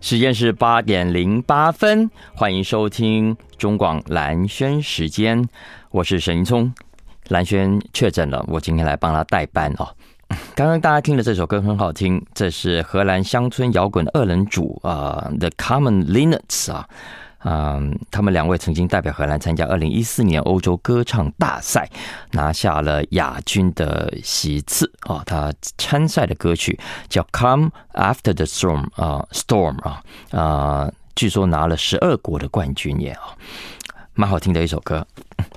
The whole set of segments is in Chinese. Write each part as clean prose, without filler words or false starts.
时间是8:08，欢迎收听中广蓝轩时间，我是沈云聪。蓝轩确诊了，我今天来帮他代班哦。刚刚大家听的这首歌很好听，这是荷兰乡村摇滚二人组The Common Linnets 他们两位曾经代表荷兰参加2014年欧洲歌唱大赛，拿下了亚军的席次啊。他参赛的歌曲叫《Come After the Storm》据说拿了12国的冠军耶啊，蛮好听的一首歌。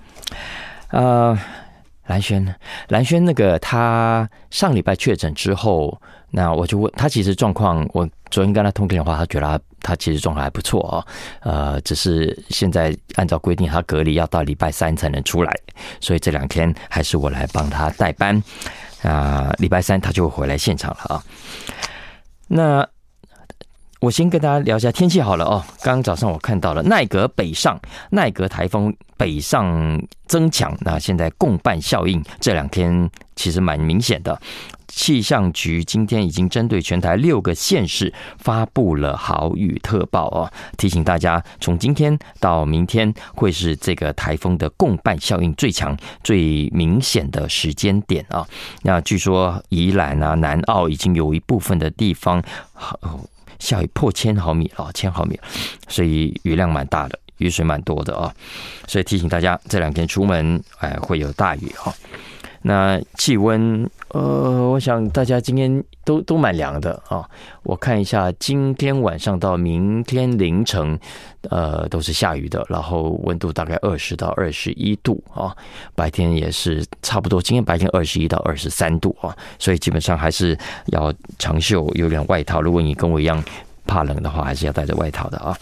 蓝轩那个他上礼拜确诊之后，那我就问他，其实状况，我昨天跟他通电话，他觉得他其实状况还不错哦，只是现在按照规定他隔离要到礼拜3才能出来，所以这2天还是我来帮他代班，礼拜3他就会回来现场了啊。那我先跟大家聊一下天气好了哦。刚刚早上我看到了奈格台风北上增强，那现在共伴效应这2天其实蛮明显的。气象局今天已经针对全台6个县市发布了豪雨特报哦，提醒大家从今天到明天会是这个台风的共伴效应最强最明显的时间点啊。那据说宜兰南澳已经有一部分的地方下雨破1000毫米了，1000毫米，所以雨量蛮大的，雨水蛮多的啊，所以提醒大家这2天出门会有大雨啊。那气温我想大家今天都蛮凉的啊。我看一下，今天晚上到明天凌晨都是下雨的，然后温度大概20到21度啊，白天也是差不多，今天白天21到23度啊，所以基本上还是要长袖，有点外套，如果你跟我一样怕冷的话，还是要带着外套的啊。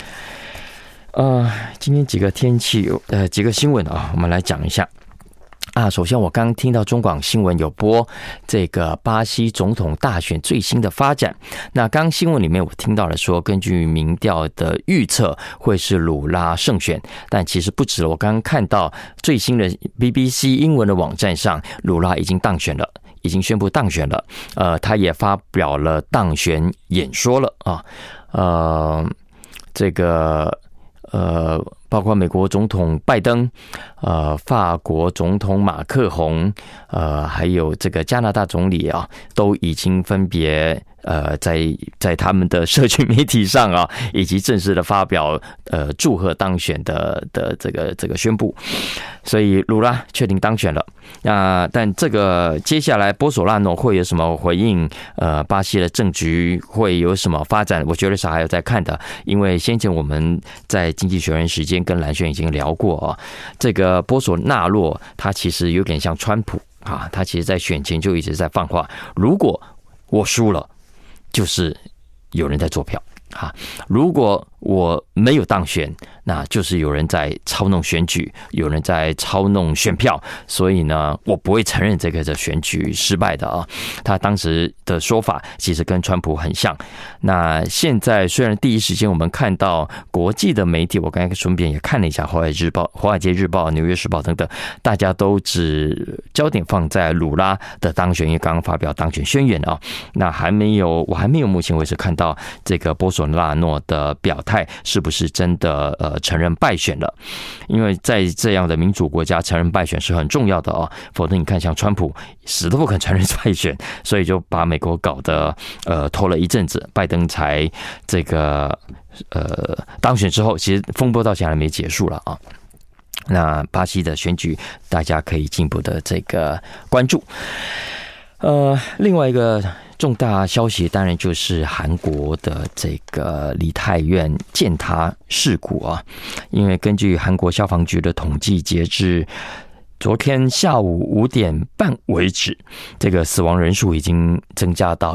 今天几个天气几个新闻啊，我们来讲一下。首先我刚刚听到中广新闻有播这个巴西总统大选最新的发展。那刚刚新闻里面我听到了说，根据民调的预测会是鲁拉胜选，但其实不止了。我刚刚看到最新的 BBC 英文的网站上，鲁拉已经当选了，已经宣布当选了。他也发表了当选演说了啊。这个包括美国总统拜登，法国总统马克宏，还有这个加拿大总理都已经分别在他们的社群媒体上以及正式的发表祝贺当选的这个宣布，所以鲁拉确定当选了。但这个接下来波索纳诺会有什么回应？巴西的政局会有什么发展？我觉得是还有在看的，因为先前我们在经济学人时间跟蓝轩已经聊过这个波索纳诺他其实有点像川普他其实在选前就一直在放话，如果我输了，就是有人在做票如果我没有当选，那就是有人在操弄选举，有人在操弄选票，所以呢，我不会承认这个选举失败的他当时的说法其实跟川普很像。那现在虽然第一时间我们看到国际的媒体，我刚才顺便也看了一下《华尔街日报》、《纽约时报》等等，大家都只焦点放在鲁拉的当选，因为刚刚发表当选宣言那我还没有目前为止看到这个波索纳诺的表态是不是真的承认败选了？因为在这样的民主国家，承认败选是很重要的否则你看像川普死都不肯承认败选，所以就把美国搞得拖了一阵子，拜登才这个当选之后，其实风波到现在还没结束了那巴西的选举大家可以进一步的这个关注。另外一个重大消息当然就是韩国的这个梨泰院践踏事故因为根据韩国消防局的统计，截至昨天下午5点半为止，这个死亡人数已经增加到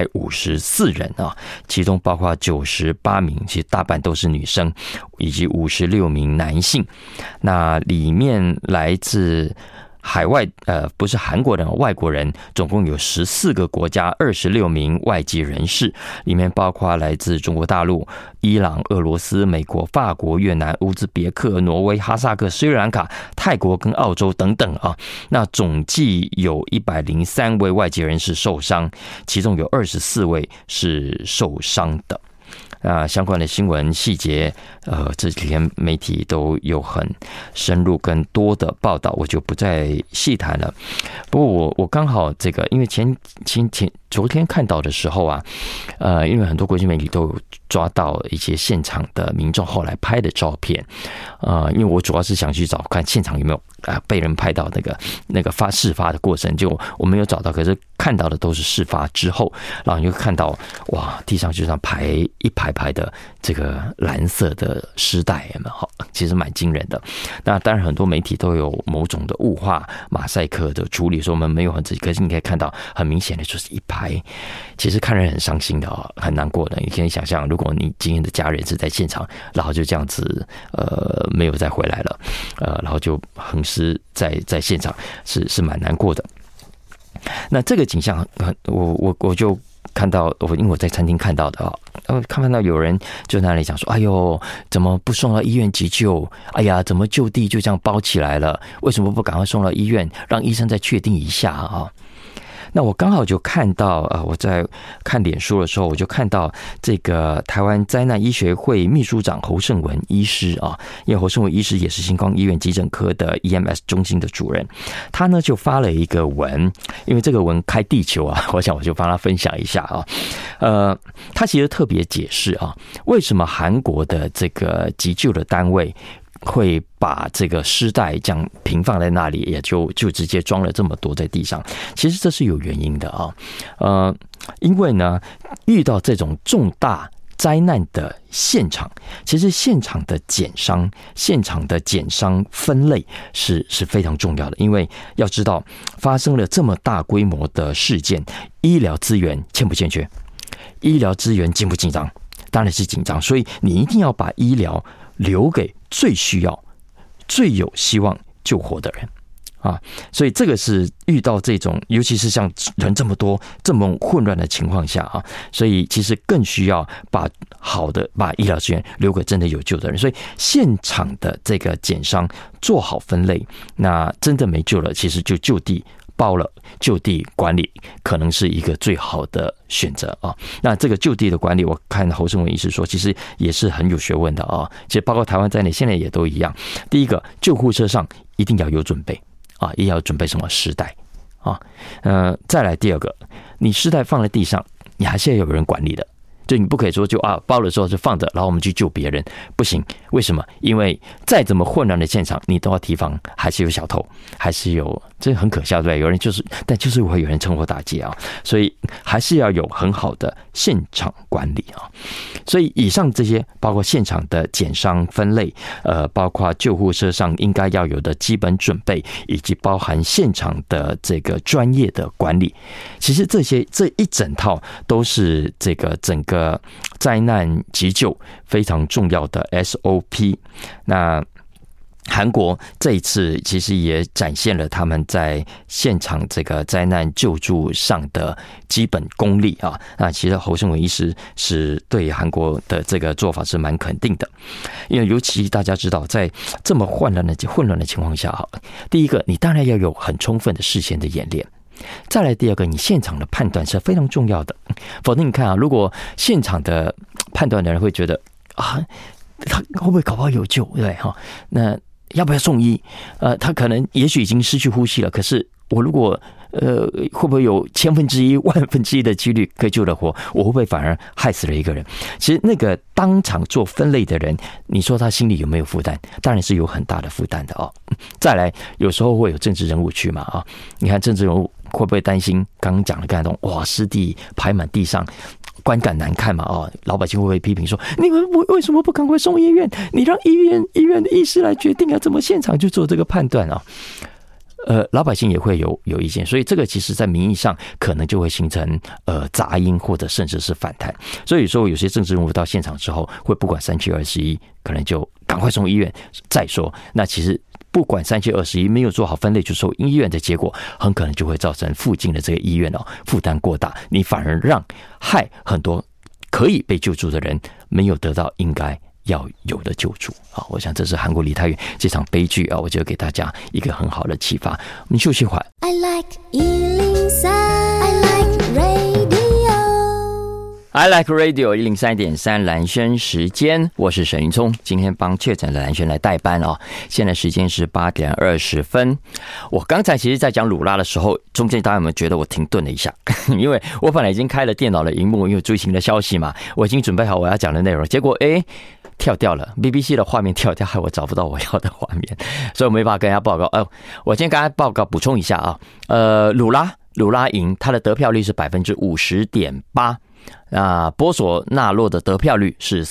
154人其中包括98名，其实大半都是女生，以及56名男性。那里面来自海外不是韩国人，外国人，总共有14个国家26名外籍人士，里面包括来自中国大陆、伊朗、俄罗斯、美国、法国、越南、乌兹别克、挪威、哈萨克、斯里兰卡、泰国跟澳洲等等那总计有103位外籍人士受伤，其中有24位是受伤的。 相关的新闻细节，这几天媒体都有很深入跟多的报道，我就不再细谈了。不过我刚好这个，因为昨天看到的时候啊，因为很多国际媒体都有抓到一些现场的民众后来拍的照片，因为我主要是想去找看现场有没有被人拍到那个事发的过程，就我没有找到，可是看到的都是事发之后，然后你就看到哇，地上就像一排排的这个蓝色的尸袋，其实蛮惊人的。那当然很多媒体都有某种的雾化马赛克的处理，说我们没有很仔细，可是你可以看到很明显的就是一排，其实看人很伤心的很难过的。你可以想象，如果你今天的家人是在现场，然后就这样子没有再回来了，然后就横尸在现场，是蛮难过的。那这个景象，我就看到，因为我在餐厅看到的看到有人就在那里讲说：“哎呦，怎么不送到医院急救？哎呀，怎么就地就这样包起来了？为什么不赶快送到医院，让医生再确定一下啊？”那我刚好就看到我在看脸书的时候，我就看到这个台湾灾难医学会秘书长侯胜文医师因为侯胜文医师也是星光医院急诊科的 EMS 中心的主任，他呢就发了一个文，因为这个文开地球我想我就帮他分享一下他其实特别解释为什么韩国的这个急救的单位会把这个尸袋这样平放在那里，也就直接装了这么多在地上。其实这是有原因的因为呢，遇到这种重大灾难的现场，其实现场的减伤分类是非常重要的。因为要知道，发生了这么大规模的事件，医疗资源欠不欠缺？医疗资源紧不紧张？当然是紧张，所以你一定要把医疗留给最需要、最有希望救活的人所以这个是遇到这种，尤其是像人这么多、这么混乱的情况下所以其实更需要把医疗资源留给真的有救的人。所以现场的这个减伤做好分类，那真的没救了，其实就就地包了，就地管理可能是一个最好的选择那这个就地的管理，我看侯胜文医师说，其实也是很有学问的其实包括台湾在内，现在也都一样。第一个，救护车上一定要有准备也要准备什么尸袋再来第二个，你尸袋放在地上，你还是要有人管理的。就你不可以说就包了之后就放着，然后我们去救别人，不行。为什么？因为再怎么混乱的现场，你都要提防，还是有小偷，还是有，这很可笑，对不对？有人但就是会有人趁火打劫所以还是要有很好的现场管理所以以上这些，包括现场的减伤分类，包括救护车上应该要有的基本准备，以及包含现场的这个专业的管理，其实这一整套都是这个整个灾难急救非常重要的 SOP。 那韩国这一次其实也展现了他们在现场这个灾难救助上的基本功力那其实侯胜文医师是对韩国的这个做法是蛮肯定的，因为尤其大家知道，在这么混乱的情况下第一个，你当然要有很充分的事先的演练。再来第二个，你现场的判断是非常重要的，否则你看如果现场的判断的人会觉得他会不会搞不好有救，对那要不要送医？他可能也许已经失去呼吸了，可是我如果会不会有1/1000、1/1000的几率可以救得活？我会不会反而害死了一个人？其实那个当场做分类的人，你说他心里有没有负担？当然是有很大的负担的再来，有时候会有政治人物去嘛你看政治人物会不会担心刚刚讲的感动？哇，尸体排满地上，观感难看嘛老百姓会不会批评说，你们为什么不赶快送医院？你让医院的医师来决定怎么现场去做这个判断老百姓也会有意见，所以这个其实在民意上可能就会形成杂音，或者甚至是反弹。所以说有些政治人物到现场之后，会不管3/7/21，可能就赶快送医院再说。那其实不管3/7/21没有做好分类就送医院的结果，很可能就会造成附近的这个医院负担过大，你反而让害很多可以被救助的人没有得到应该要有的救助我想这是韩国梨泰院这场悲剧我觉得给大家一个很好的启发。我们休息会。I like 103, I like radio。 I like radio 103.3蓝轩时间，我是沈云聪，今天帮确诊的蓝轩来代班哦。现在时间是8点20分。我刚才其实在讲鲁拉的时候，中间大家有没有觉得我停顿了一下？因为我本来已经开了电脑的荧幕，因为最新的消息嘛，我已经准备好我要讲的内容，结果跳掉了 ，BBC 的画面跳掉，害我找不到我要的画面，所以我没办法跟大家报告。我今天跟大家报告补充一下啊，鲁拉赢，他的得票率是 50.8%。那波索纳洛的得票率是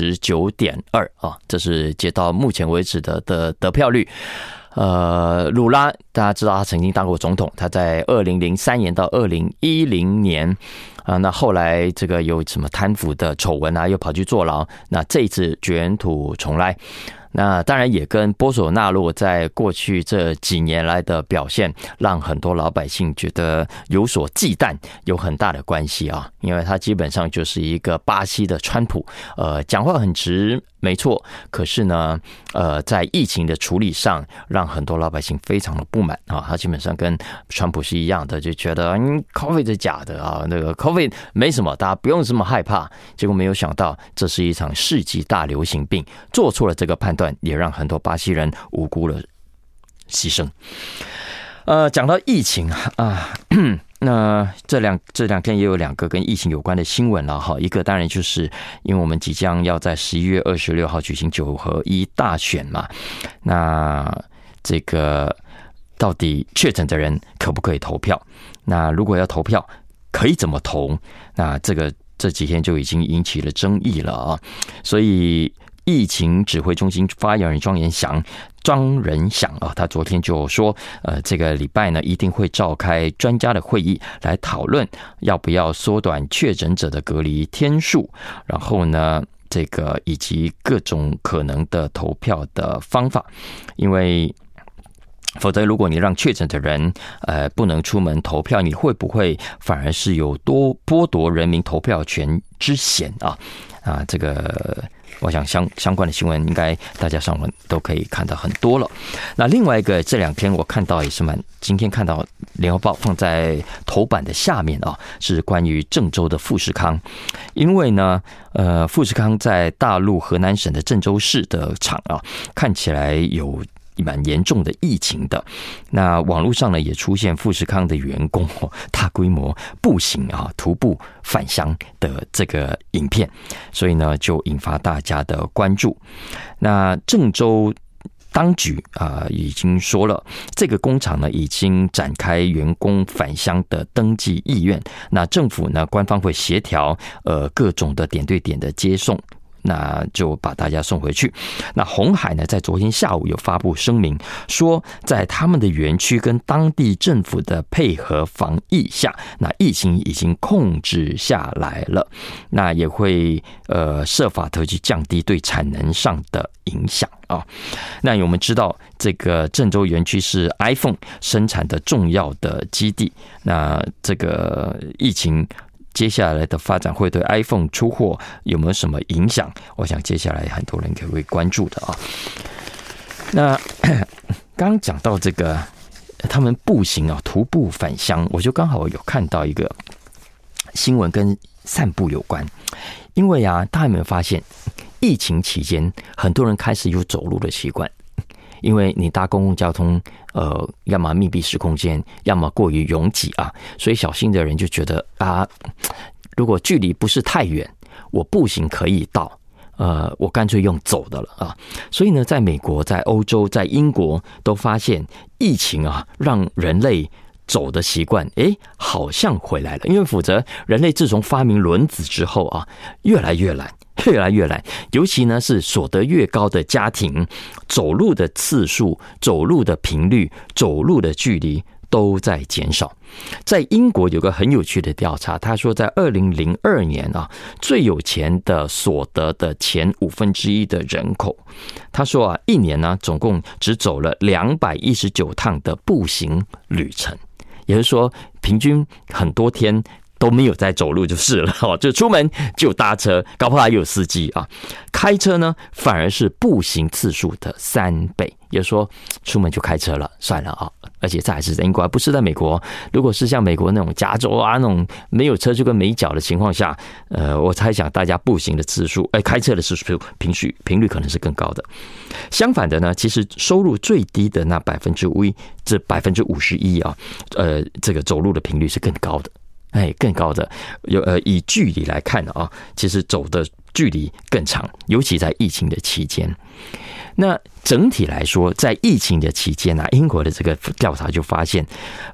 49.2% 啊，这是截到目前为止的得票率。鲁拉大家知道他曾经当过总统，他在2003年到2010年那后来这个有什么贪腐的丑闻啊，又跑去坐牢，那这一次卷土重来。那当然也跟波索纳洛在过去这几年来的表现，让很多老百姓觉得有所忌惮，有很大的关系啊。因为他基本上就是一个巴西的川普，讲话很直，没错。可是呢，在疫情的处理上，让很多老百姓非常的不满啊。他基本上跟川普是一样的，就觉得COVID 是假的啊，那个 COVID 没什么，大家不用这么害怕。结果没有想到，这是一场世纪大流行病，做错了这个判断。也让很多巴西人无辜了牺牲。讲到疫情啊，那这两天也有2个跟疫情有关的新闻了哈。一个当然就是因为我们即将要在11月26号举行9合1大选嘛，那这个到底确诊的人可不可以投票？那如果要投票，可以怎么投？那这几天就已经引起了争议了啊，所以。疫情指挥中心发言人庄仁祥啊，他昨天就说，这个礼拜呢一定会召开专家的会议来讨论要不要缩短确诊者的隔离天数，然后呢，这个以及各种可能的投票的方法，因为。否则，如果你让确诊的人不能出门投票，你会不会反而是有多剥夺人民投票权之嫌啊？这个我想相关的新闻应该大家上网都可以看到很多了。那另外一个这2天我看到也是今天看到联合报放在头版的下面啊，是关于郑州的富士康，因为呢富士康在大陆河南省的郑州市的厂啊，看起来有。蛮严重的疫情的，那网络上呢也出现富士康的员工大规模步行徒步返乡的这个影片，所以呢就引发大家的关注。那郑州当局已经说了，这个工厂呢已经展开员工返乡的登记意愿，那政府呢官方会协调各种的点对点的接送。那就把大家送回去。那鸿海呢，在昨天下午有发布声明，说在他们的园区跟当地政府的配合防疫下，那疫情已经控制下来了。那也会设法的去降低对产能上的影响啊。那我们知道，这个郑州园区是 iPhone 生产的重要的基地。那这个疫情。接下来的发展会对 iPhone 出货有没有什么影响？我想接下来很多人可会关注的啊。那刚刚讲到这个，他们步行徒步返乡，我就刚好有看到一个新闻跟散步有关。因为大家有没有发现，疫情期间很多人开始有走路的习惯。因为你搭公共交通，要么密闭式空间，要么过于拥挤啊，所以小心的人就觉得如果距离不是太远，我步行可以到，我干脆用走的了啊。所以呢，在美国、在欧洲、在英国都发现疫情让人类走的习惯，好像回来了。因为否则人类自从发明轮子之后越来越懒。尤其呢是所得越高的家庭，走路的次数、走路的频率、走路的距离都在减少。在英国有个很有趣的调查，他说在2002年最有钱的所得的前1/5的人口，他说一年呢总共只走了219趟的步行旅程，也就是说平均很多天都没有在走路就是了哦，就出门就搭车，搞不好还有司机啊。开车呢，反而是步行次数的3倍。也就是说，出门就开车了，算了啊！而且这还是在英国，不是在美国。如果是像美国那种加州啊那种没有车就跟没脚的情况下，我猜想大家步行的次数，开车的次数频率可能是更高的。相反的呢，其实收入最低的那5%，这51%啊，这个走路的频率是更高的。更高的以距离来看啊，其实走的距离更长，尤其在疫情的期间。那整体来说，在疫情的期间啊，英国的这个调查就发现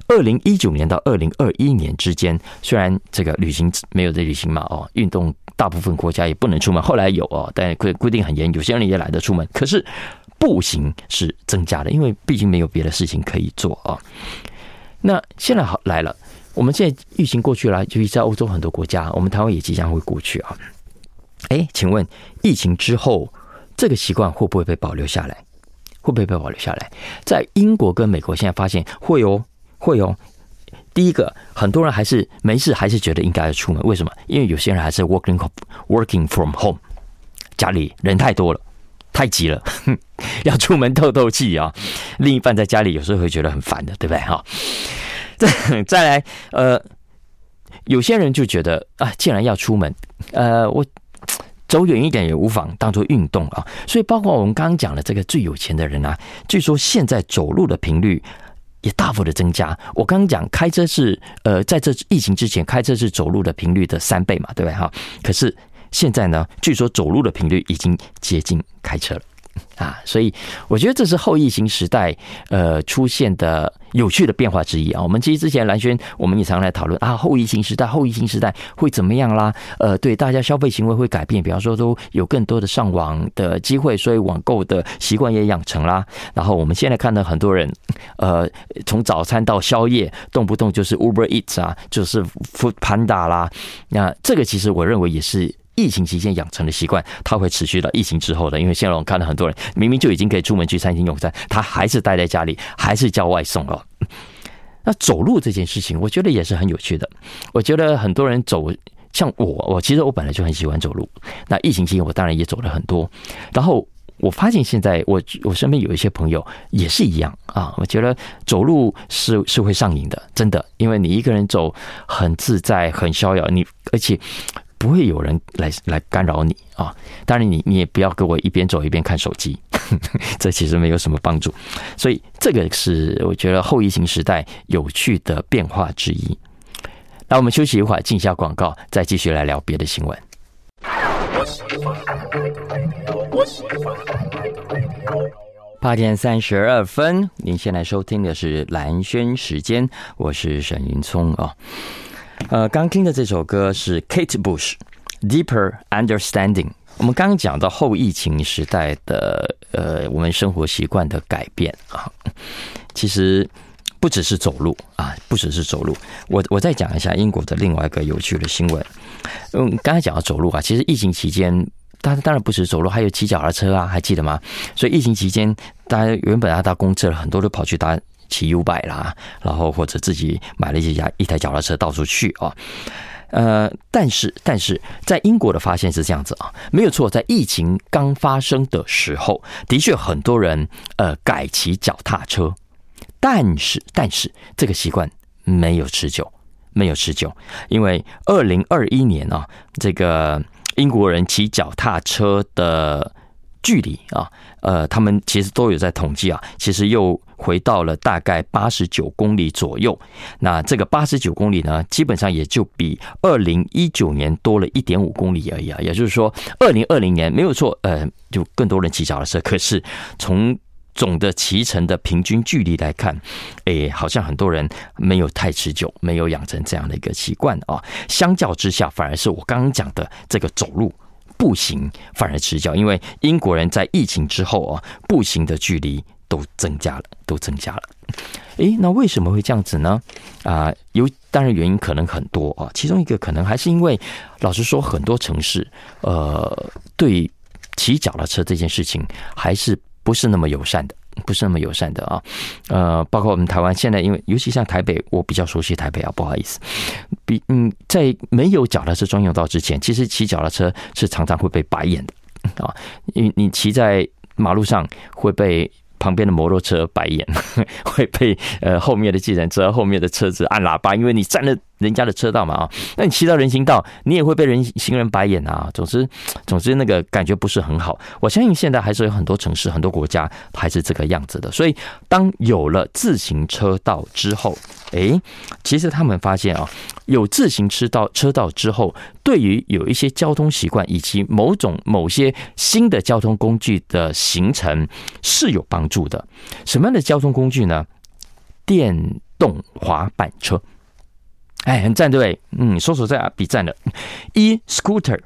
，2019年到2021年之间，虽然这个旅行没有在旅行嘛，运动大部分国家也不能出门，后来有但规定很严，有些人也懒得出门，可是步行是增加的，因为毕竟没有别的事情可以做啊。那现在好来了。我们现在疫情过去了，尤其在欧洲很多国家，我们台湾也即将会过去啊。请问疫情之后，这个习惯会不会被保留下来？会不会被保留下来？在英国跟美国现在发现会哦。第一个，很多人还是没事，还是觉得应该要出门。为什么？因为有些人还是 working from home， 家里人太多了。太急了，要出门透透气啊！另一半在家里有时候会觉得很烦的，对不对？哈，再来，有些人就觉得啊，既然要出门，我走远一点也无妨，当作运动啊。所以，包括我们刚刚讲的这个最有钱的人啊，据说现在走路的频率也大幅的增加。我刚刚讲开车是在这疫情之前，开车是走路的频率的3倍嘛，对不对？哈，可是现在呢，据说走路的频率已经接近开车了啊，所以我觉得这是后疫情时代出现的有趣的变化之一啊。我们其实之前蓝轩我们也常来讨论啊，后疫情时代会怎么样啦？对，大家消费行为会改变，比方说都有更多的上网的机会，所以网购的习惯也养成啦。然后我们现在看到很多人从早餐到宵夜，动不动就是 Uber Eats 啊，就是 Food Panda 啦。那这个其实我认为也是疫情期间养成的习惯，它会持续到疫情之后的。因为现在我们看到很多人明明就已经可以出门去餐厅用餐，他还是待在家里，还是叫外送了。那走路这件事情，我觉得也是很有趣的。我觉得很多人走，像我其实我本来就很喜欢走路。那疫情期间我当然也走了很多，然后我发现现在我身边有一些朋友也是一样啊。我觉得走路是会上瘾的，真的，因为你一个人走很自在、很逍遥，而且不会有人来干扰你啊！当然你也不要跟我一边走一边看手机，这其实没有什么帮助。所以这个是我觉得后疫情时代有趣的变化之一。那我们休息一会儿，进下广告，再继续来聊别的新闻。8:32，您现在收听的是蓝轩时间，我是沈云聪啊。刚听的这首歌是 Kate Bush Deeper Understanding。我们刚刚讲到后疫情时代的我们生活习惯的改变啊，其实不只是走路啊，不只是走路。我再讲一下英国的另外一个有趣的新闻。刚才讲到走路啊，其实疫情期间当然不止走路，还有骑脚踏车啊，还记得吗？所以疫情期间，大家原本要搭公车了，很多都跑去搭骑 U-bike 啦，然后或者自己买了一台脚踏车到处去啊。但是在英国的发现是这样子啊，没有错，在疫情刚发生的时候，的确很多人改骑脚踏车，但是这个习惯没有持久，因为2021年啊，这个英国人骑脚踏车的距离啊，他们其实都有在统计啊，其实又回到了大概89公里左右。那这个89公里呢，基本上也就比2019年多了1.5公里而已啊。也就是说，2020年没有错，就更多人骑脚踏车，可是从总的骑乘的平均距离来看，好像很多人没有太持久，没有养成这样的一个习惯啊。相较之下，反而是我刚刚讲的这个走路、步行反而持久，因为英国人在疫情之后啊，步行的距离都增加了。那为什么会这样子呢？当然原因可能很多啊，其中一个可能还是因为，老实说，很多城市对骑脚踏车这件事情还是不是那么友善的不是那么友善的啊。包括我们台湾现在，因为尤其像台北，我比较熟悉台北啊，不好意思，在没有脚踏车专用道之前，其实骑脚踏车是常常会被白眼的啊，因为你骑在马路上会被旁边的摩托车白眼，会被后面的计程车、后面的车子按喇叭，因为你占了人家的车道嘛啊。那你骑到人行道，你也会被行人白眼啊。总之那个感觉不是很好。我相信现在还是有很多城市、很多国家还是这个样子的。所以当有了自行车道之后，其实他们发现啊，有自行车道之后，对于有一些交通习惯以及某些新的交通工具的形成是有帮助的。什么样的交通工具呢？电动滑板车。很赞，对不对？说在比赞了。e-scooter，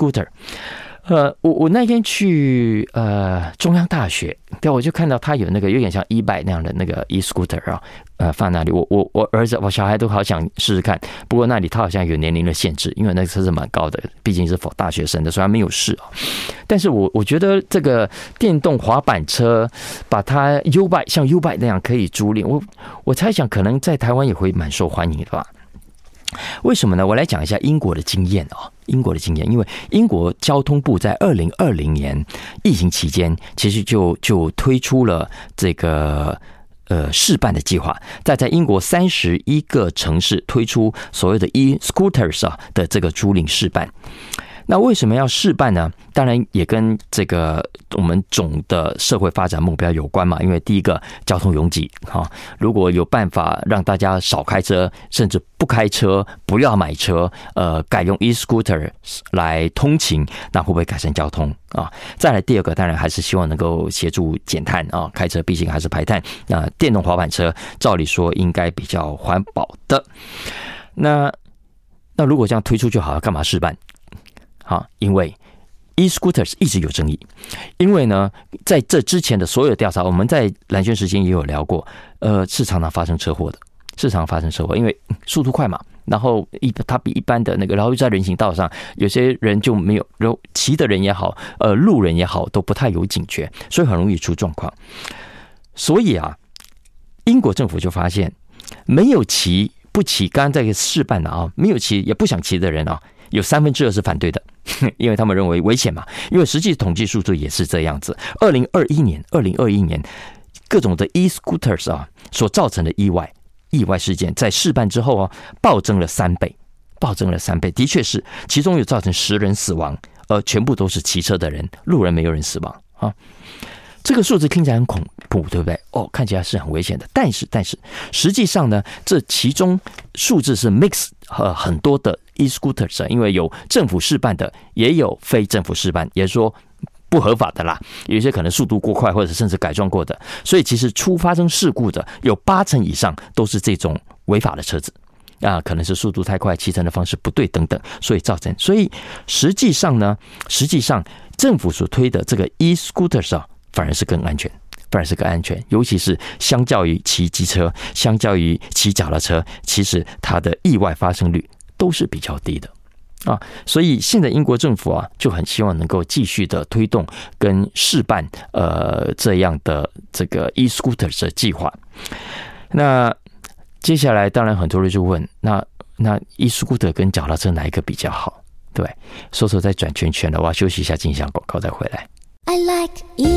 我那天去中央大学，对，我就看到他有那个有点像 e-bike 那样的那个 e-scooter 啊，放那里。我儿子、我小孩都好想试试看，不过那里他好像有年龄的限制，因为那个车是蛮高的，毕竟是 for 大学生的，所以他没有试啊。但是我觉得这个电动滑板车，把它 U-bike 像 U-bike 那样可以租赁，我猜想可能在台湾也会蛮受欢迎的吧。为什么呢？我来讲一下英国的经验啊。英国的经验，因为英国交通部在2020年疫情期间，其实就推出了这个试办的计划，在英国31个城市推出所谓的 e-scooters 的这个租赁试办。那为什么要试办呢？当然也跟这个我们总的社会发展目标有关嘛。因为第一个，交通拥挤哈，如果有办法让大家少开车，甚至不开车，不要买车，改用 e-scooter 来通勤，那会不会改善交通啊？再来第二个，当然还是希望能够协助减碳啊，开车毕竟还是排碳。那电动滑板车照理说应该比较环保的。那如果这样推出就好了，干嘛试办？因为 e-scooters 一直有争议，因为呢，在这之前的所有调查，我们在蓝轩时间也有聊过，是常常发生车祸的，因为速度快嘛，然后它比一般的那个，然后在人行道上，有些人就没有，骑的人也好，路人也好，都不太有警觉，所以很容易出状况。所以啊，英国政府就发现，没有骑不骑，刚刚在示范的啊，没有骑也不想骑的人啊，有2/3是反对的，因为他们认为危险嘛。因为实际统计数字也是这样子。2021年，各种的 e-scooters 啊所造成的意外事件，在试办之后啊，暴增了3倍，的确是，其中有造成10人死亡，全部都是骑车的人，路人没有人死亡啊。这个数字听起来很恐怖，对不对？看起来是很危险的。但是实际上呢，这其中数字是 mix 很多的 e-scooters， 因为有政府试办的，也有非政府试办，也就是说不合法的啦。有一些可能速度过快，或者甚至改装过的。所以其实发生事故的有80%以上都是这种违法的车子。可能是速度太快，骑乘的方式不对等等，所以造成。所以实际上政府所推的这个 e-scooters 反而是更安全，尤其是相较于骑机车，相较于骑脚踏车，其实它的意外发生率都是比较低的所以现在英国政府就很希望能够继续的推动跟试办这样的这个 e-scooter 的计划。那接下来当然很多人就问，那 e-scooter 跟脚踏车哪一个比较好？对，说在转圈了，我要休息一下，进一下广告再回来。 I like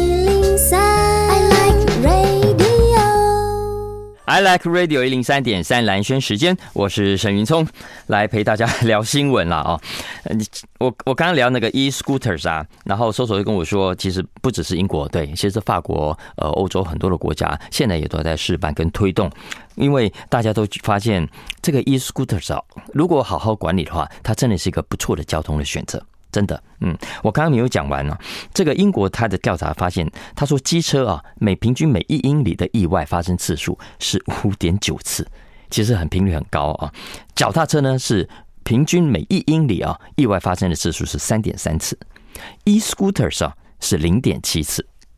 103, I like radio. I like radio 103.3蓝轩时间，我是沈云聪，来陪大家聊新闻啦我刚刚聊那个 e-scooters 然后搜索就跟我说，其实不只是英国，对，其实法国、欧洲很多的国家现在也都在试办跟推动，因为大家都发现这个 e-scooters 如果好好管理的话，它真的是一个不错的交通的选择。真的，我刚刚没有讲完这个英国他的调查发现，他说机车平均每1英里的意外发生次数是 5.9 次，其实频率很高脚踏车呢是平均每1英里意外发生的次数是 3.3 次， e-scooters 是 0.7 次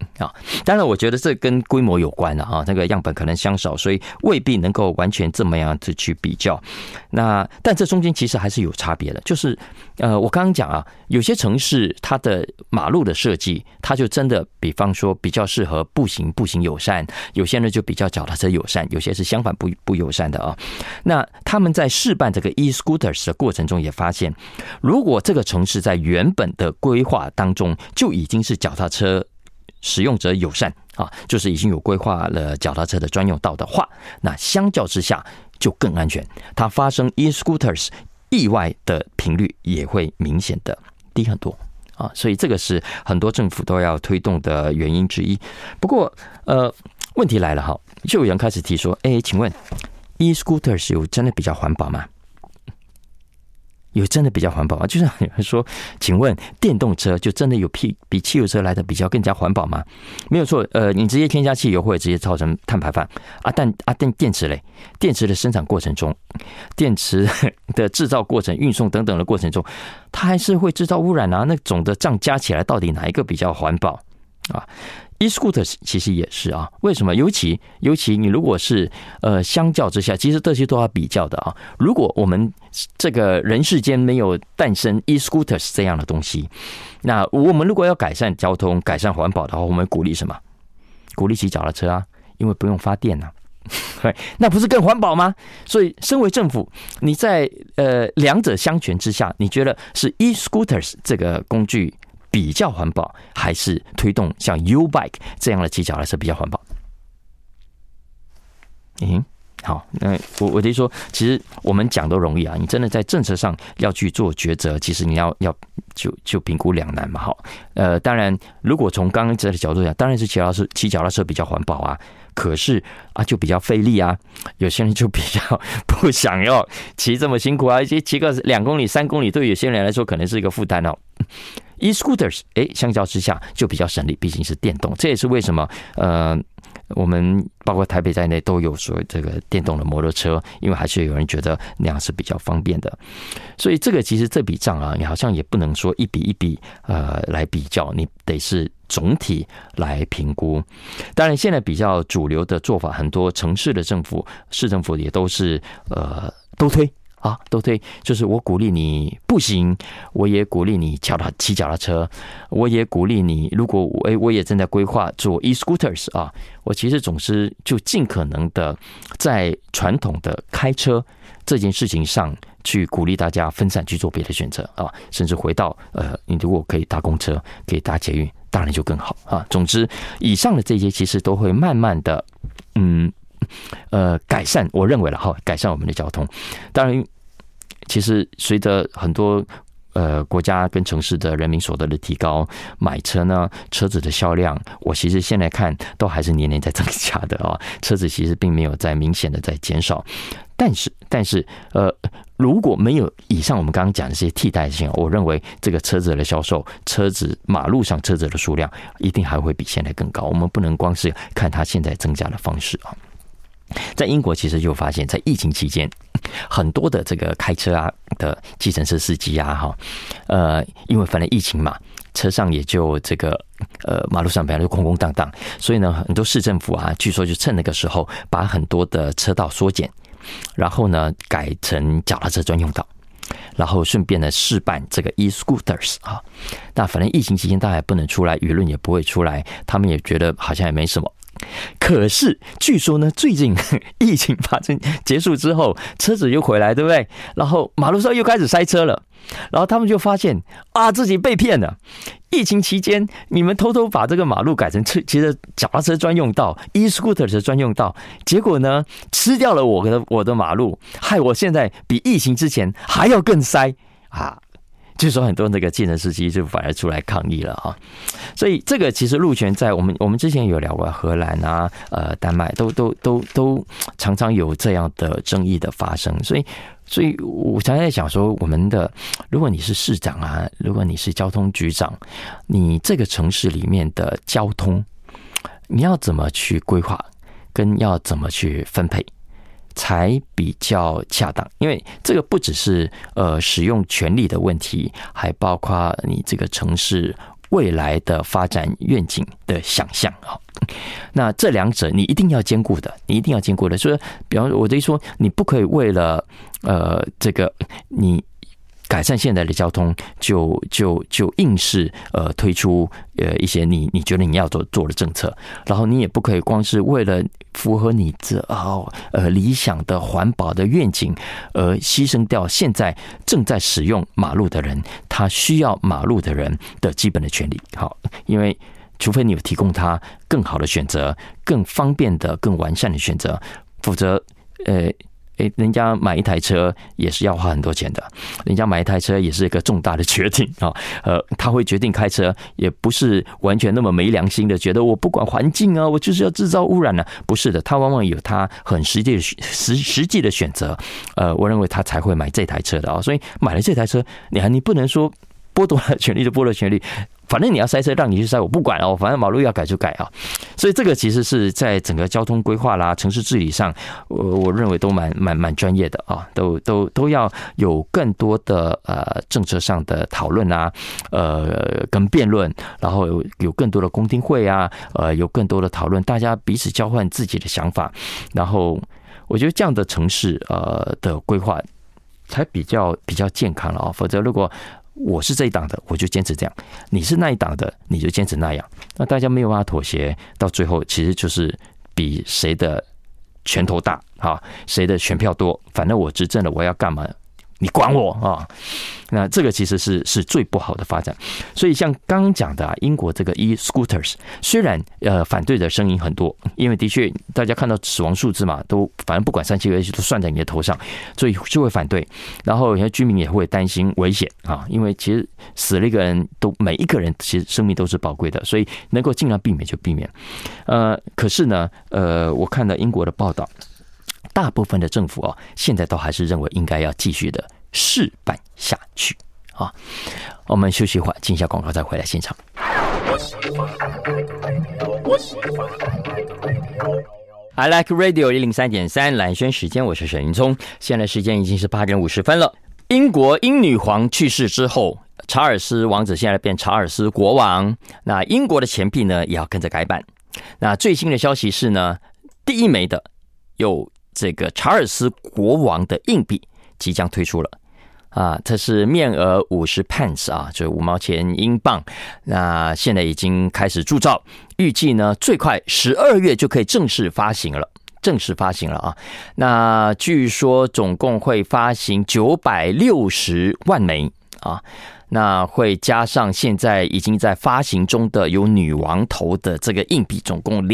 啊，当然，我觉得这跟规模有关了啊，这个样本可能相少，所以未必能够完全这么样子去比较。但这中间其实还是有差别的，就是我刚刚讲啊，有些城市它的马路的设计，它就真的，比方说比较适合步行友善，有些呢就比较脚踏车友善，有些是相反不友善的啊。那他们在试办这个 e-scooters 的过程中也发现，如果这个城市在原本的规划当中就已经是脚踏车使用者友善啊，就是已经有规划了脚踏车的专用道的话，那相较之下就更安全，它发生 e-scooters 意外的频率也会明显的低很多啊，所以这个是很多政府都要推动的原因之一。不过问题来了哈，就有人开始提说，请问 e-scooters 有真的比较环保吗？有真的比较环保吗？就像有人说，请问电动车就真的有比汽油车来的比较更加环保吗？没有错，你直接添加汽油会直接造成碳排放啊，但电池嘞，电池的生产过程中，电池的制造过程、运送等等的过程中，它还是会制造污染啊。那总的账加起来，到底哪一个比较环保啊？e-scooters 其实也是啊，为什么？尤其你如果是相较之下，其实这些都要比较的啊。如果我们这个人世间没有诞生 e-scooters 这样的东西，那我们如果要改善交通、改善环保的话，我们鼓励什么？鼓励骑脚踏车啊，因为不用发电啊。那不是更环保吗？所以，身为政府，你在两者相权之下，你觉得是 e-scooters 这个工具比较环保，还是推动像 U-Bike 这样的骑脚踏车比较环保？好，那我得说，其实我们讲都容易啊，你真的在政策上要去做抉择，其实你要就评估两难嘛。好，当然，如果从刚刚这个角度讲，当然是骑脚踏车比较环保啊。可是啊，就比较费力啊，有些人就比较不想要骑这么辛苦啊，骑个2公里、3公里，对有些人来说可能是一个负担哦。e-scooters 相较之下就比较省力，毕竟是电动，这也是为什么我们包括台北在内都有所谓这个电动的摩托车，因为还是有人觉得那样是比较方便的。所以这个其实这笔账啊，你好像也不能说一笔来比较，你得是总体来评估。当然，现在比较主流的做法，很多城市的政府、市政府也都是都推，就是我鼓励你步行，我也鼓励你骑脚踏车，我也鼓励你，如果我也正在规划做 e-scooters 啊，我其实总是就尽可能的在传统的开车这件事情上去鼓励大家分散去做别的选择啊，甚至回到你如果可以搭公车，可以搭捷运，当然就更好啊。总之，以上的这些其实都会慢慢的改善，我认为了改善我们的交通。当然，其实随着很多国家跟城市的人民所得的提高，买车呢，车子的销量，我其实现在看都还是年年在增加的啊，车子其实并没有在明显的在减少。但是如果没有以上我们刚刚讲的这些替代性，我认为这个车子的销售，马路上车子的数量一定还会比现在更高。我们不能光是看它现在增加的方式啊。在英国其实就发现，在疫情期间，很多的这个开车啊的计程车司机啊，因为反正疫情嘛，车上也就这个马路上本来就空空荡荡，所以呢，很多市政府啊，据说就趁那个时候把很多的车道缩减，然后呢改成脚踏车专用道，然后顺便呢试办这个 e-scooters 啊。那反正疫情期间大家也不能出来，舆论也不会出来，他们也觉得好像也没什么。可是据说呢，最近疫情结束之后，车子又回来，对不对？然后马路上又开始塞车了，然后他们就发现啊，自己被骗了。疫情期间，你们偷偷把这个马路改成骑着脚踏车专用道 ，e-scooter 的专用道，结果呢，吃掉了我的马路，害我现在比疫情之前还要更塞啊！据说很多那个计程司机就反而出来抗议了啊，所以这个其实路权在我们之前有聊过，荷兰啊、丹麦都常常有这样的争议的发生，所以我常常在想说，如果你是市长啊，如果你是交通局长，你这个城市里面的交通，你要怎么去规划，跟要怎么去分配？才比较恰当，因为这个不只是使用权力的问题，还包括你这个城市未来的发展愿景的想象啊。那这两者你一定要兼顾的，你一定要兼顾的。所以，比方说我的意思说，你不可以为了这个你改善现在的交通，就硬是推出一些你觉得你要做的政策，然后你也不可以光是为了符合你这理想的环保的愿景而牺牲掉现在正在使用马路的人，他需要马路的人的基本的权利。好，因为除非你有提供他更好的选择、更方便的、更完善的选择，否则人家买一台车也是要花很多钱的，人家买一台车也是一个重大的决定啊。他会决定开车，也不是完全那么没良心的，觉得我不管环境啊，我就是要制造污染啊。不是的，他往往有他很实际的选择。我认为他才会买这台车的啊。所以买了这台车，你不能说剥夺了权利就剥夺权利。反正你要塞车，让你去塞，我不管哦。反正马路要改就改啊。所以这个其实是在整个交通规划啦、城市治理上，我认为都蛮专业的啊，都要有更多的政策上的讨论啊，跟辩论，然后有更多的公听会啊，有更多的讨论，大家彼此交换自己的想法，然后我觉得这样的城市的规划才比较健康了啊。否则如果我是这一党的，我就坚持这样；你是那一党的，你就坚持那样。那大家没有办法妥协，到最后其实就是比谁的拳头大啊，谁的选票多。反正我执政了，我要干嘛？你管我啊？那这个其实是最不好的发展。所以像刚刚讲的英国这个 e-scooters， 虽然反对的声音很多，因为的确大家看到死亡数字嘛，都反正不管3-7个月都算在你的头上，所以就会反对。然后有些居民也会担心危险啊，因为其实死了一个人，每一个人其实生命都是宝贵的，所以能够尽量避免就避免。可是呢，我看到英国的报道。大部分的政府现在都还是认为应该要继续的试办下去啊。我们休息一会儿，进一下广告，再回来现场。I like radio 103.3蓝轩时间，我是沈云聪。现在时间已经是8点50分了。英国英女皇去世之后，查尔斯王子现在变查尔斯国王，那英国的钱币呢也要跟着改版。那最新的消息是呢，第一枚的有这个查尔斯国王的硬币即将推出了啊，这是面额50 pence 啊，就5毛钱英镑。那现在已经开始铸造，预计呢最快12月就可以正式发行了啊。那据说总共会发行960万枚啊。那会加上现在已经在发行中的有女王头的这个硬币，总共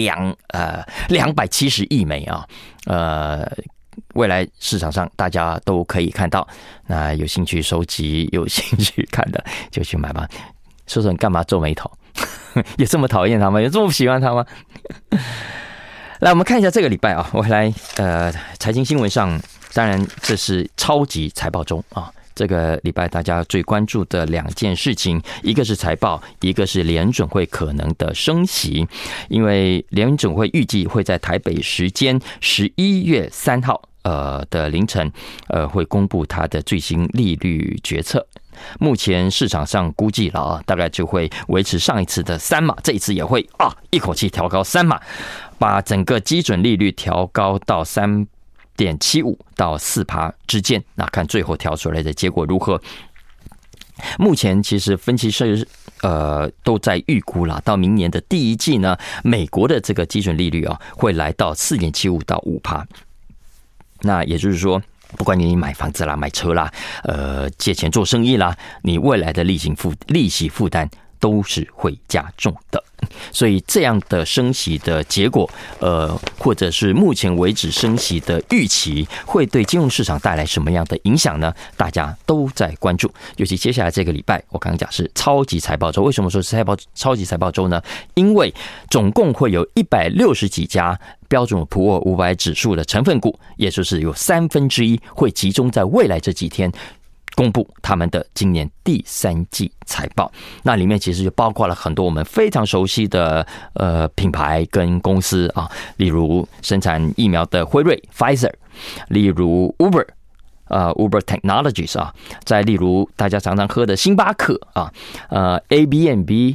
270亿枚啊。未来市场上大家都可以看到。那有兴趣收集、有兴趣看的就去买吧。说说你干嘛皱眉头？有这么讨厌他吗？有这么不喜欢他吗？来，我们看一下这个礼拜啊，我来财经新闻上，当然这是超级财报周啊。这个礼拜大家最关注的2件事情，一个是财报，一个是联准会可能的升息。因为联准会预计会在台北时间11月3号的凌晨会公布它的最新利率决策。目前市场上估计了大概就会维持上一次的3码，这一次也会一口气调高3码，把整个基准利率调高到3.75到4%之间，那看最后调出来的结果如何。目前其实分析师都在预估啦，到明年的第一季呢，美国的这个基准利率会来到4.75到5%。那也就是说，不管你买房子啦、买车啦、借钱做生意啦，你未来的利息负担都是会加重的。所以这样的升息的结果，或者是目前为止升息的预期，会对金融市场带来什么样的影响呢？大家都在关注。尤其接下来这个礼拜，我刚刚讲是超级财报周。为什么说是超级财报周呢？因为总共会有160几家标准普尔500指数的成分股，也就是有1/3会集中在未来这几天公布他们的今年第3季财报。那里面其实就包括了很多我们非常熟悉的品牌跟公司啊，例如生产疫苗的辉瑞 Pfizer， 例如 Uber Technologies 啊，再例如大家常常喝的星巴克啊，ABNB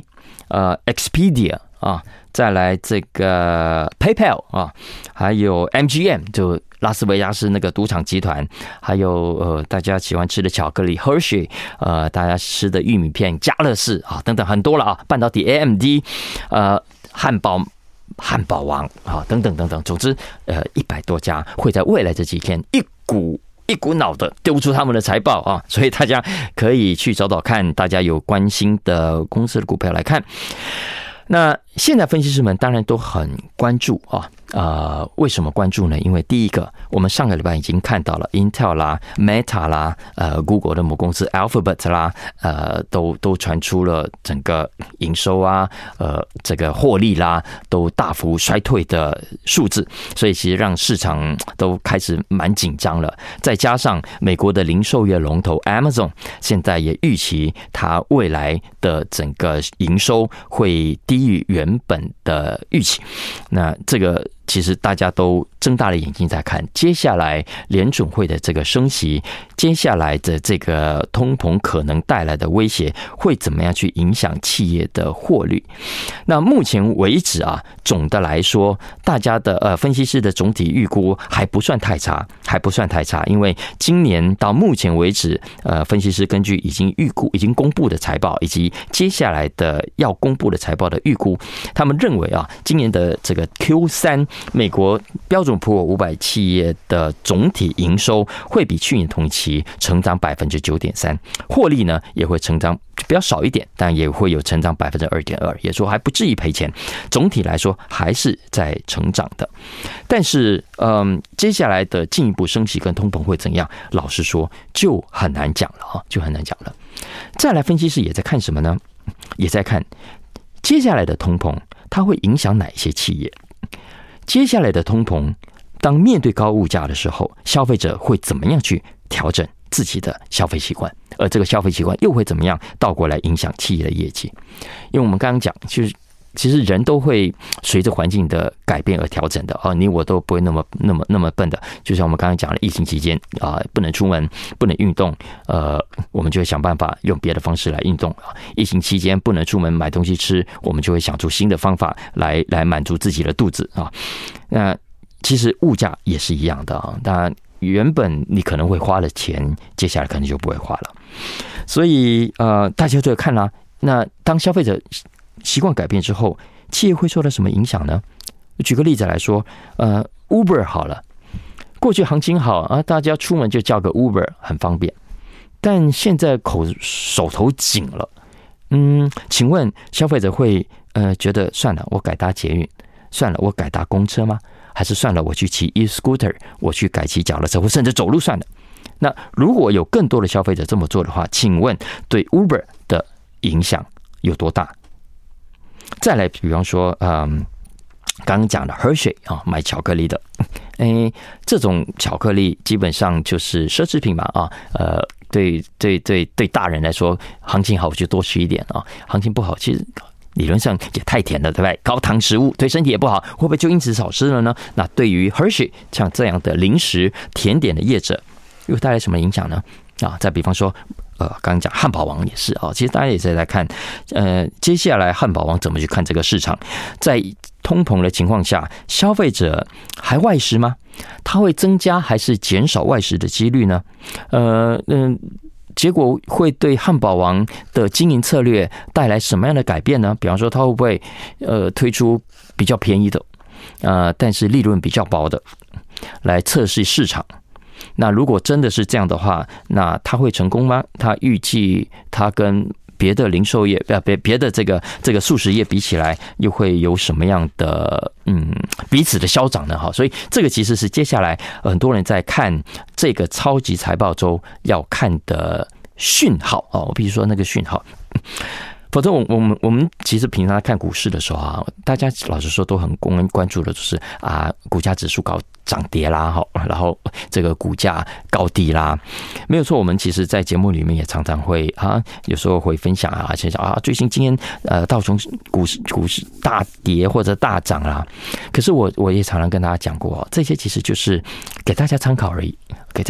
Expedia 啊，再来这个 PayPal 啊，还有 MGM 就拉斯维加斯那个赌场集团，还有大家喜欢吃的巧克力 Hershey， 大家吃的玉米片家乐氏啊等等很多了啊，半导体 AMD， 汉堡王啊等等等等，总之100多家会在未来这几天一股脑的丢出他们的财报啊，所以大家可以去找找看，大家有关心的公司的股票来看。那现在分析师们当然都很关注啊。为什么关注呢？因为第一个，我们上个礼拜已经看到了 Intel 啦、Meta 啦、Google 的母公司 Alphabet 啦，都传出了整个营收啊，这个获利啦，都大幅衰退的数字，所以其实让市场都开始蛮紧张了。再加上美国的零售业龙头 Amazon 现在也预期它未来的整个营收会低于原本的预期，那这个其实大家都睁大了眼睛在看，接下来联准会的这个升息，接下来的这个通膨可能带来的威胁，会怎么样去影响企业的获利？那目前为止啊，总的来说，大家的分析师的总体预估还不算太差，因为今年到目前为止，分析师根据已经公布的财报，以及接下来的要公布的财报的预估，他们认为啊，今年的这个 Q3。美国标准普尔500企业的总体营收会比去年同期成长 9.3%， 获利呢也会成长比较少一点，但也会有成长 2.2%， 也说还不至于赔钱，总体来说还是在成长的。但是接下来的进一步升息跟通膨会怎样，老实说就很难讲了。再来，分析师也在看什么呢？也在看接下来的通膨它会影响哪一些企业，接下来的通膨，当面对高物价的时候，消费者会怎么样去调整自己的消费习惯？而这个消费习惯又会怎么样倒过来影响企业的业绩？因为我们刚刚讲，就是其实人都会随着环境的改变而调整的啊，你我都不会那么笨的。就像我们刚刚讲的，疫情期间不能出门，不能运动，我们就会想办法用别的方式来运动啊。疫情期间不能出门买东西吃，我们就会想出新的方法来满足自己的肚子啊。那其实物价也是一样的啊，当然原本你可能会花的钱，接下来可能就不会花了。所以大家都要看啦。那当消费者习惯改变之后，企业会受到什么影响呢？举个例子来说，Uber 好了，过去行情好啊，大家出门就叫个 Uber 很方便，但现在手头紧了，请问消费者会觉得算了，我改搭捷运，算了，我改搭公车吗？还是算了，我去骑 e-scooter， 我去改骑脚踏车，或甚至走路算了？那如果有更多的消费者这么做的话，请问对 Uber 的影响有多大？再来，比方说，刚刚讲的 Hershey 啊，买巧克力的，这种巧克力基本上就是奢侈品嘛啊，对大人来说，行情好我就多吃一点啊，行情不好其实理论上也太甜了，对不对？高糖食物对身体也不好，会不会就因此少吃了呢？那对于 Hershey 像这样的零食甜点的业者，又带来什么影响呢？啊，再比方说，刚刚讲汉堡王也是啊，其实大家也是在看，接下来汉堡王怎么去看这个市场？在通膨的情况下，消费者还外食吗？它会增加还是减少外食的几率呢？结果会对汉堡王的经营策略带来什么样的改变呢？比方说，它会不会推出比较便宜的，但是利润比较薄的，来测试市场？那如果真的是这样的话，那他会成功吗？他预计他跟别的零售业别的这个速食业比起来，又会有什么样的彼此的消长呢？所以这个其实是接下来很多人在看这个超级财报周要看的讯号啊。我必须说那个讯号。否则我们其实平常看股市的时候啊，大家老实说都很关注的就是股价指数涨跌啦，然后这个股价高低啦，没有错。我们其实在节目里面也常常会有时候会分享最近今天道琼股市大跌或者大涨啦。可是我也常常跟大家讲过，这些其实就是给大家参考而已，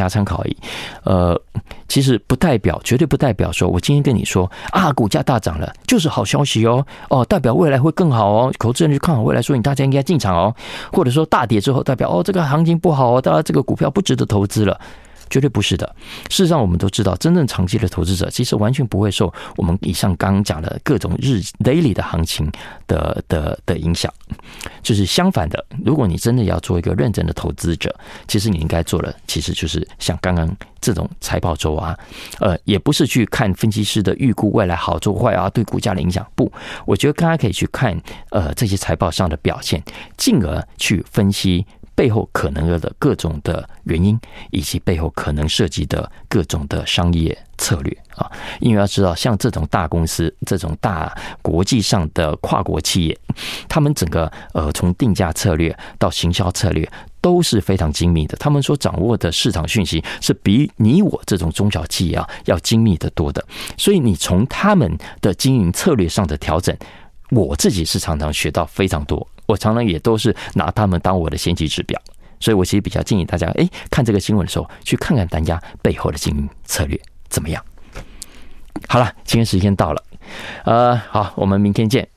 其实绝对不代表说我今天跟你说股价大涨了， 的，就是好消息哦，代表未来会更好哦，投资人去看好未来，所以大家应该进场哦，或者说大跌之后代表这个行情不好哦，大家这个股票不值得投资了。绝对不是的。事实上，我们都知道，真正长期的投资者其实完全不会受我们以上刚刚讲的各种daily 的行情的影响。就是相反的，如果你真的要做一个认真的投资者，其实你应该做的，其实就是像刚刚这种财报周啊，也不是去看分析师的预估未来好做坏啊，对股价的影响。不，我觉得大家可以去看这些财报上的表现，进而去分析背后可能的各种的原因，以及背后可能涉及的各种的商业策略啊。因为要知道，像这种大公司、这种大国际上的跨国企业，他们整个从定价策略到行销策略都是非常精密的。他们所掌握的市场讯息是比你我这种中小企业要精密得多的。所以你从他们的经营策略上的调整，我自己是常常学到非常多。我常常也都是拿他们当我的先期指标，所以我其实比较建议大家，看这个新闻的时候，去看看大家背后的经营策略怎么样。好了，今天时间到了，好，我们明天见。